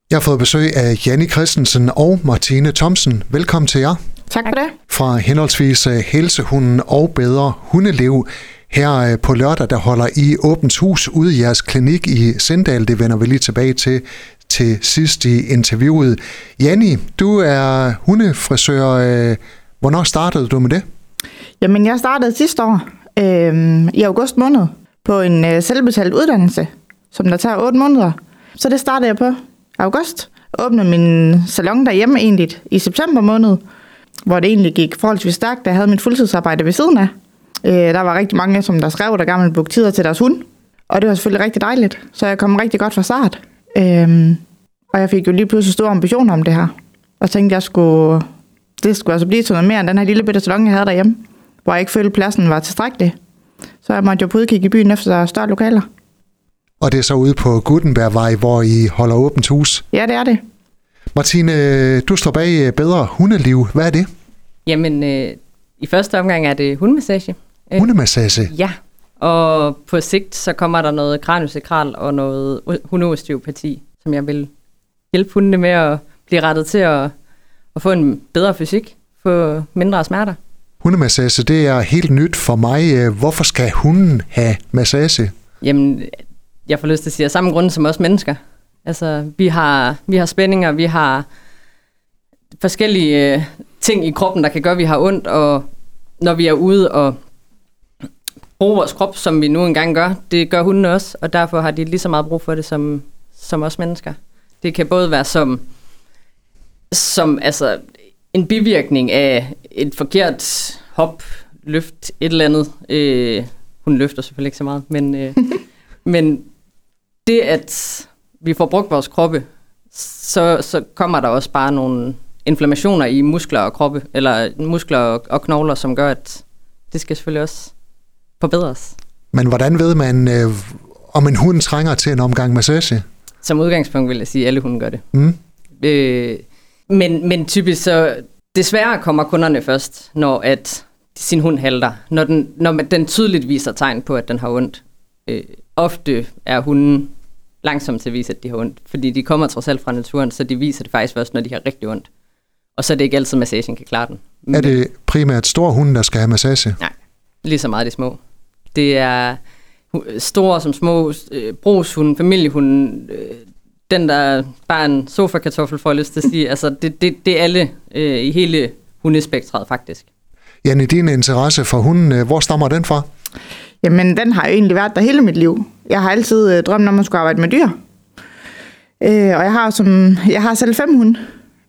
Jeg har fået besøg af Janni Christensen og Martine Thomsen. Velkommen til jer. Tak for det. Fra henholdsvis Helsehunden og Bedre Hundeliv. Her på lørdag, der holder I åbent hus ude i jeres klinik i Sindal. Det vender vi lige tilbage til sidst i interviewet. Janni, du er hundefrisør. Hvornår startede du med det? Jamen, jeg startede sidste år i august måned på en selvbetalt uddannelse, som der tager 8 måneder. Så det startede jeg på august. Åbnede min salon derhjemme egentlig i september måned, hvor det egentlig gik forholdsvis stærkt, da jeg havde mit fuldtidsarbejde ved siden af. Der var rigtig mange, som der skrev, der gerne ville booke tider til deres hund. Og det var selvfølgelig rigtig dejligt, så jeg kom rigtig godt fra start. Og jeg fik jo lige pludselig store ambitioner om det her. Og tænkte, det skulle altså blive til noget mere end den her lille bitte salon, jeg havde derhjemme, hvor jeg ikke følte, pladsen var tilstrækkelig. Så jeg måtte jo på udkig i byen efter større lokaler. Og det er så ude på Gutenbergvej, hvor I holder åbent hus? Ja, det er det. Martine, du står bag Bedre Hundeliv. Hvad er det? Jamen, i første omgang er det hundemassage. Hundemassage? Ja, og på sigt så kommer der noget kraniosakral og noget hundeosteopati, som jeg vil hjælpe hundene med at blive rettet til at få en bedre fysik, få mindre smerter. Hundemassage, det er helt nyt for mig. Hvorfor skal hunden have massage? Jamen, jeg får lyst til at sige, af samme grund som os mennesker. Altså, vi har spændinger, vi har forskellige ting i kroppen, der kan gøre, at vi har ondt, og når vi er ude og bruger vores krop, som vi nu engang gør, det gør hundene også, og derfor har de lige så meget brug for det som os mennesker. Det kan både være som altså en bivirkning af et forkert hop, løft, et eller andet. Hun løfter selvfølgelig ikke så meget, men det, at vi får brugt vores kroppe, så kommer der også bare nogle inflammationer i muskler og kroppe, eller muskler og knogler, som gør, at det skal selvfølgelig også forbedres. Men hvordan ved man, om en hund trænger til en omgang massage? Som udgangspunkt vil jeg sige, at alle hunde gør det. Mm. Men typisk så, desværre kommer kunderne først, når at sin hund halter. Når den tydeligt viser tegn på, at den har ondt. Ofte er hunden langsomt til at vise, at de har ondt. Fordi de kommer trods alt fra naturen, så de viser det faktisk først, når de har rigtig ondt. Og så er det ikke altid, massagen kan klare den. Er det primært store hunde, der skal have massage? Nej, lige så meget de små. Det er store som små, brugshunde, familiehunde, den der bare en sofakartoffel, får jeg lyst til at sige. Altså, det er alle i hele hundespektret faktisk. Janni, din interesse for hunden, hvor stammer den fra? Jamen, den har jo egentlig været der hele mit liv. Jeg har altid drømt om at skulle arbejde med dyr. Og jeg har selv 5 hunde.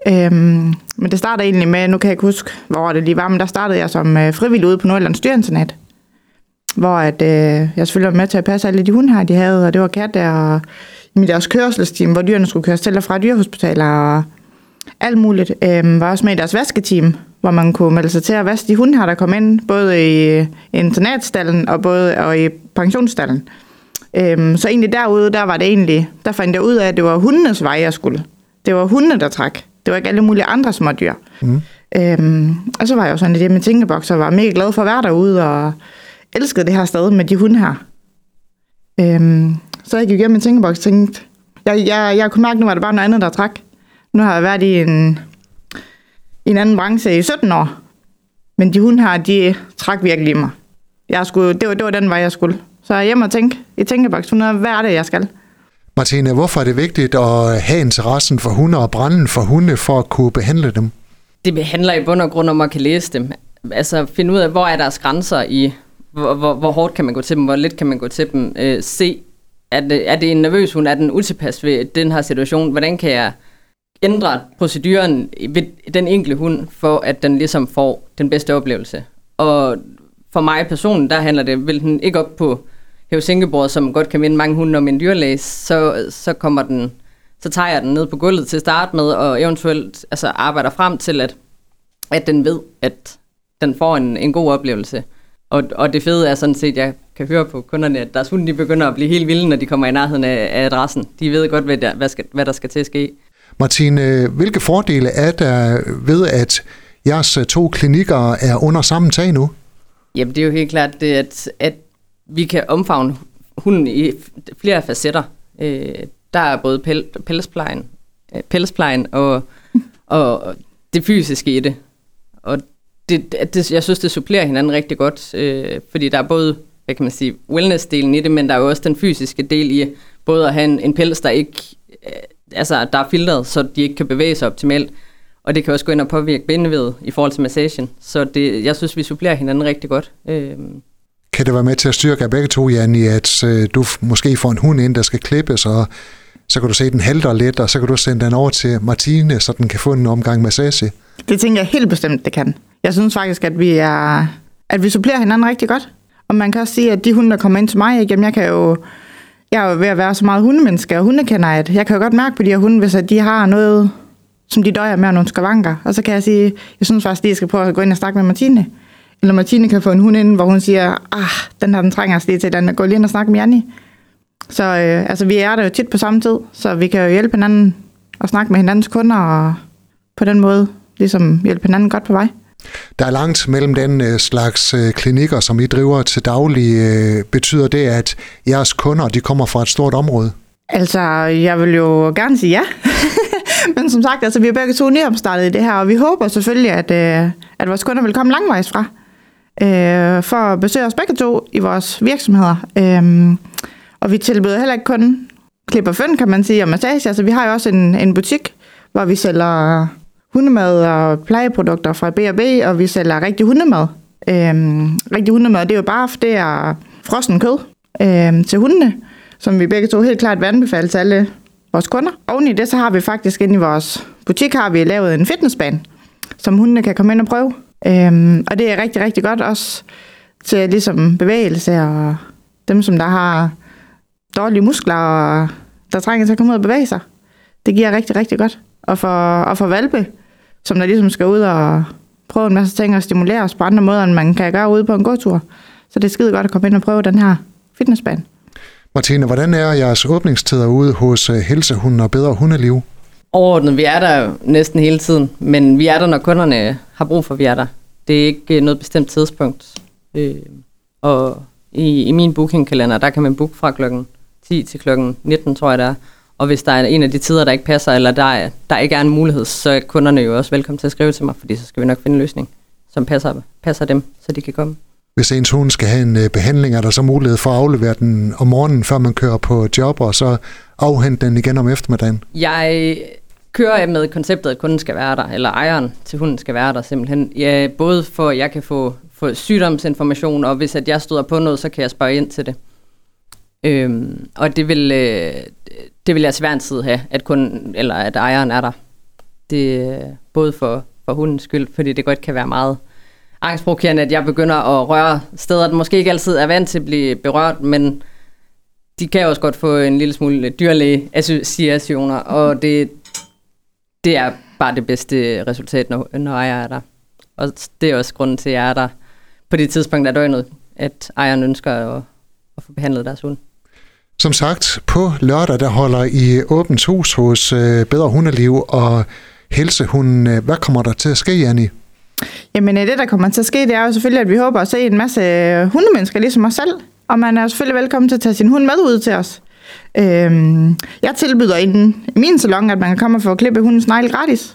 Men det starter egentlig med, nu kan jeg ikke huske, hvor det lige var, men der startede jeg som frivillig ude på Nordjyllands Dyrinternat. Hvor jeg selvfølgelig var med til at passe alle de hunde her, de havde, og det var katte og i deres kørselsteam, hvor dyrene skulle køres til og fra dyrehospitaler og alt muligt. Var også med i deres vasketeam, hvor man kunne melde sig til at vaske de hunde her, der kom ind, både i internatstallen og i pensionsstallen. Så egentlig derude, der fandt jeg ud af, at det var hundenes vej, jeg skulle. Det var hundene, der trak. Det var ikke alle mulige andre små dyr. Mm. Og så var jeg jo sådan i det med tænkeboks, og var mega glad for at være derude, og elskede det her sted med de hunde her. Så jeg gik igennem min tænkeboks og tænkte, jeg kunne mærke, nu var det bare noget andet, der trak. Nu har jeg været i en anden branche i 17 år. Men de hunde her, de trak virkelig i mig. Det var den vej, jeg skulle. Så jeg hjemme og tænke i tænkeboks, hvad er det, jeg skal? Martine, hvorfor er det vigtigt at have interessen for hunde og branden for hunde for at kunne behandle dem? Det handler i bund og grund om at kan læse dem. Altså finde ud af, hvor er deres grænser i, hvor hårdt kan man gå til dem, hvor lidt kan man gå til dem. Se, er det en nervøs hund, er den utilpas ved den her situation? Hvordan kan jeg ændre proceduren ved den enkelte hund, for at den ligesom får den bedste oplevelse? Og for mig personligt, der handler det, vil den ikke op på hæve-sænkebordet, som godt kan vinde mange hunde om en dyrlæge, så tager jeg den ned på gulvet til at starte med, og eventuelt arbejder frem til, at den ved, at den får en god oplevelse. Og det fede er sådan set, jeg kan høre på kunderne, at deres hunde de begynder at blive helt vilde, når de kommer i nærheden af adressen. De ved godt, hvad der skal til at ske. Martine, hvilke fordele er der ved, at jeres 2 klinikker er under samme tag nu? Jamen, det er jo helt klart, at vi kan omfavne hunden i flere facetter. Der er både pelsplejen, pelsplejen og det fysiske i det. Og jeg synes, det supplerer hinanden rigtig godt, fordi der er både, hvad kan man sige, wellness-delen i det, men der er jo også den fysiske del i både at have en pels, der ikke, der er filtret, så de ikke kan bevæge sig optimalt, og det kan også gå ind og påvirke bindevedet i forhold til massagen. Så jeg synes, vi supplerer hinanden rigtig godt. Kan det være med til at styrke af begge to, Jan, i at du måske får en hund ind, der skal klippes, og så kan du se, at den halter lidt, og så kan du sende den over til Martine, så den kan få en omgang massage? Det tænker jeg helt bestemt, det kan. Jeg synes faktisk, at vi supplerer hinanden rigtig godt. Og man kan også sige, at de hunde, der kommer ind til mig, jamen jeg er jo ved at være så meget hundemenneske og hundekender, at jeg kan jo godt mærke på de her hunde, hvis at de har noget, som de døjer med, nogle skavanker. Og så kan jeg sige, jeg synes faktisk, at de skal prøve at gå ind og snakke med Martine. Eller Martine kan få en hund ind, hvor hun siger, den trænger os lige til, den går lige ind og snakke med Janni. Så vi er der jo tit på samme tid, så vi kan jo hjælpe hinanden og snakke med hinandens kunder, og på den måde ligesom hjælpe hinanden godt på vej. Der er langt mellem den slags klinikker, som I driver til daglig. Betyder det, at jeres kunder, de kommer fra et stort område? Altså, jeg vil jo gerne sige ja. Men som sagt, vi er begge to nyopstartet i det her, og vi håber selvfølgelig, at vores kunder vil komme langvejs fra for at besøge os begge to i vores virksomheder. Og vi tilbyder heller ikke kun klip og føn, kan man sige, og massage. Altså, vi har jo også en butik, hvor vi sælger hundemad og plejeprodukter fra B&B, og vi sælger rigtig hundemad. Rigtig hundemad, det er jo bare det er frossen kød til hundene, som vi begge to helt klart vil anbefale til alle vores kunder. Oven i det, så har vi faktisk inde i vores butik, har vi lavet en fitnessbane, som hundene kan komme ind og prøve. Og det er rigtig, rigtig godt også til ligesom bevægelse, og dem, som der har dårlige muskler, og der trænger til at komme ud og bevæge sig. Det giver rigtig, rigtig godt. Og for valpe, som der ligesom skal ud og prøve en masse ting og stimulere os på andre måder, end man kan gøre ude på en gåtur. Så det er skide godt at komme ind og prøve den her fitnessbane. Martine, hvordan er jeres åbningstider ude hos Helsehunden og Bedre Hundeliv? Overordnet, vi er der næsten hele tiden, men vi er der, når kunderne har brug for, at vi er der. Det er ikke noget bestemt tidspunkt. Og i min bookingkalender, der kan man booke fra klokken 10 til klokken 19, tror jeg det er. Og hvis der er en af de tider, der ikke passer, eller der ikke er en mulighed, så er kunderne jo også velkommen til at skrive til mig, fordi så skal vi nok finde en løsning, som passer dem, så de kan komme. Hvis ens hund skal have en behandling, er der så mulighed for at aflevere den om morgenen, før man kører på job, og så afhente den igen om eftermiddagen? Jeg kører med konceptet, at kunden skal være der, eller ejeren til hunden skal være der simpelthen. Ja, både for, at jeg kan få sygdomsinformation, og hvis at jeg støder på noget, så kan jeg spørge ind til det. Og det vil jeg til hver en tid have, at kunden eller at ejeren er der. Det er både for hundens skyld, fordi det godt kan være meget angstprovokerende, at jeg begynder at røre steder, der måske ikke altid er vant til at blive berørt, men de kan også godt få en lille smule dyrlæge associationer, og det er bare det bedste resultat, når ejer er der. Og det er også grunden til, at jeg er der på det tidspunkt af døgnet, at ejeren ønsker at få behandlet deres hund. Som sagt, på lørdag, der holder I åbent hus hos Bedre Hundeliv og Helsehunden. Hvad kommer der til at ske, Janni? Jamen det, der kommer til at ske, det er jo selvfølgelig, at vi håber at se en masse hundemennesker, ligesom os selv. Og man er selvfølgelig velkommen til at tage sin hund med ud til os. Jeg tilbyder i min salon, at man kan komme og få klippet hundens negle gratis.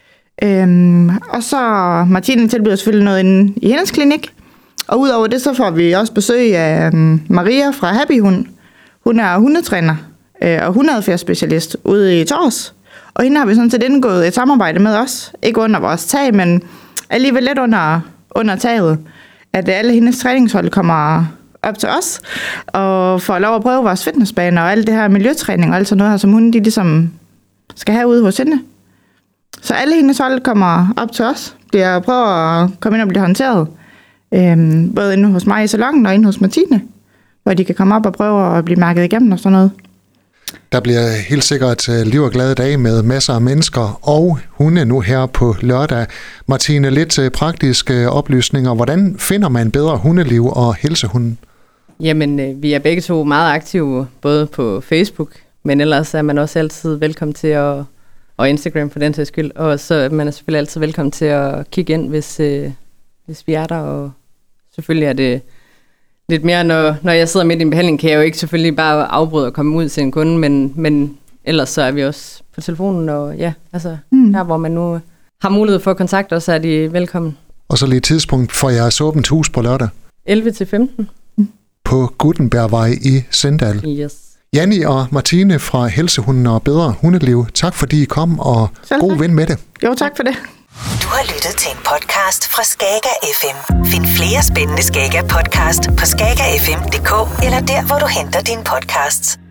Og så Martine tilbyder selvfølgelig noget inde i hendes klinik. Og udover det, så får vi også besøg af Maria fra Happy Hund. Hun er hundetræner og hundeadfærdsspecialist ude i Tors. Og hende har vi sådan set indgået et samarbejde med os. Ikke under vores tag, men alligevel lidt under taget. At alle hendes træningshold kommer op til os og får lov at prøve vores fitnessbane og alt det her miljøtræning og alt sådan noget her, som hun de ligesom skal have ude hos hende. Så alle hendes hold kommer op til os, prøver at komme ind og blive håndteret. Både inde hos mig i salongen og inde hos Martine, hvor de kan komme op og prøve at blive mærket igennem og sådan noget. Der bliver helt sikkert liv og glade dage med masser af mennesker og hunde nu her på lørdag. Martine, lidt praktiske oplysninger. Hvordan finder man Bedre Hundeliv og Helsehunden? Jamen, vi er begge to meget aktive, både på Facebook, men ellers er man også altid velkommen til og Instagram for den sags skyld. Og så er man selvfølgelig altid velkommen til at kigge ind, hvis vi er der. Og selvfølgelig er det lidt mere, når jeg sidder midt i en behandling, kan jeg jo ikke selvfølgelig bare afbryde og komme ud til en kunde, men ellers så er vi også på telefonen, og der hvor man nu har mulighed for at kontakte os, er de velkommen. Og så lige et tidspunkt for jeres åbent hus på lørdag. 11-15. På Gutenbergvej i Sindal. Yes. Janni og Martine fra Helsehunden og Bedre Hundeliv, tak fordi I kom, og god ven med det. Jo, tak for det. Du har lyttet til en podcast fra Skager FM. Find flere spændende Skager podcast på skagerfm.dk eller der, hvor du henter dine podcasts.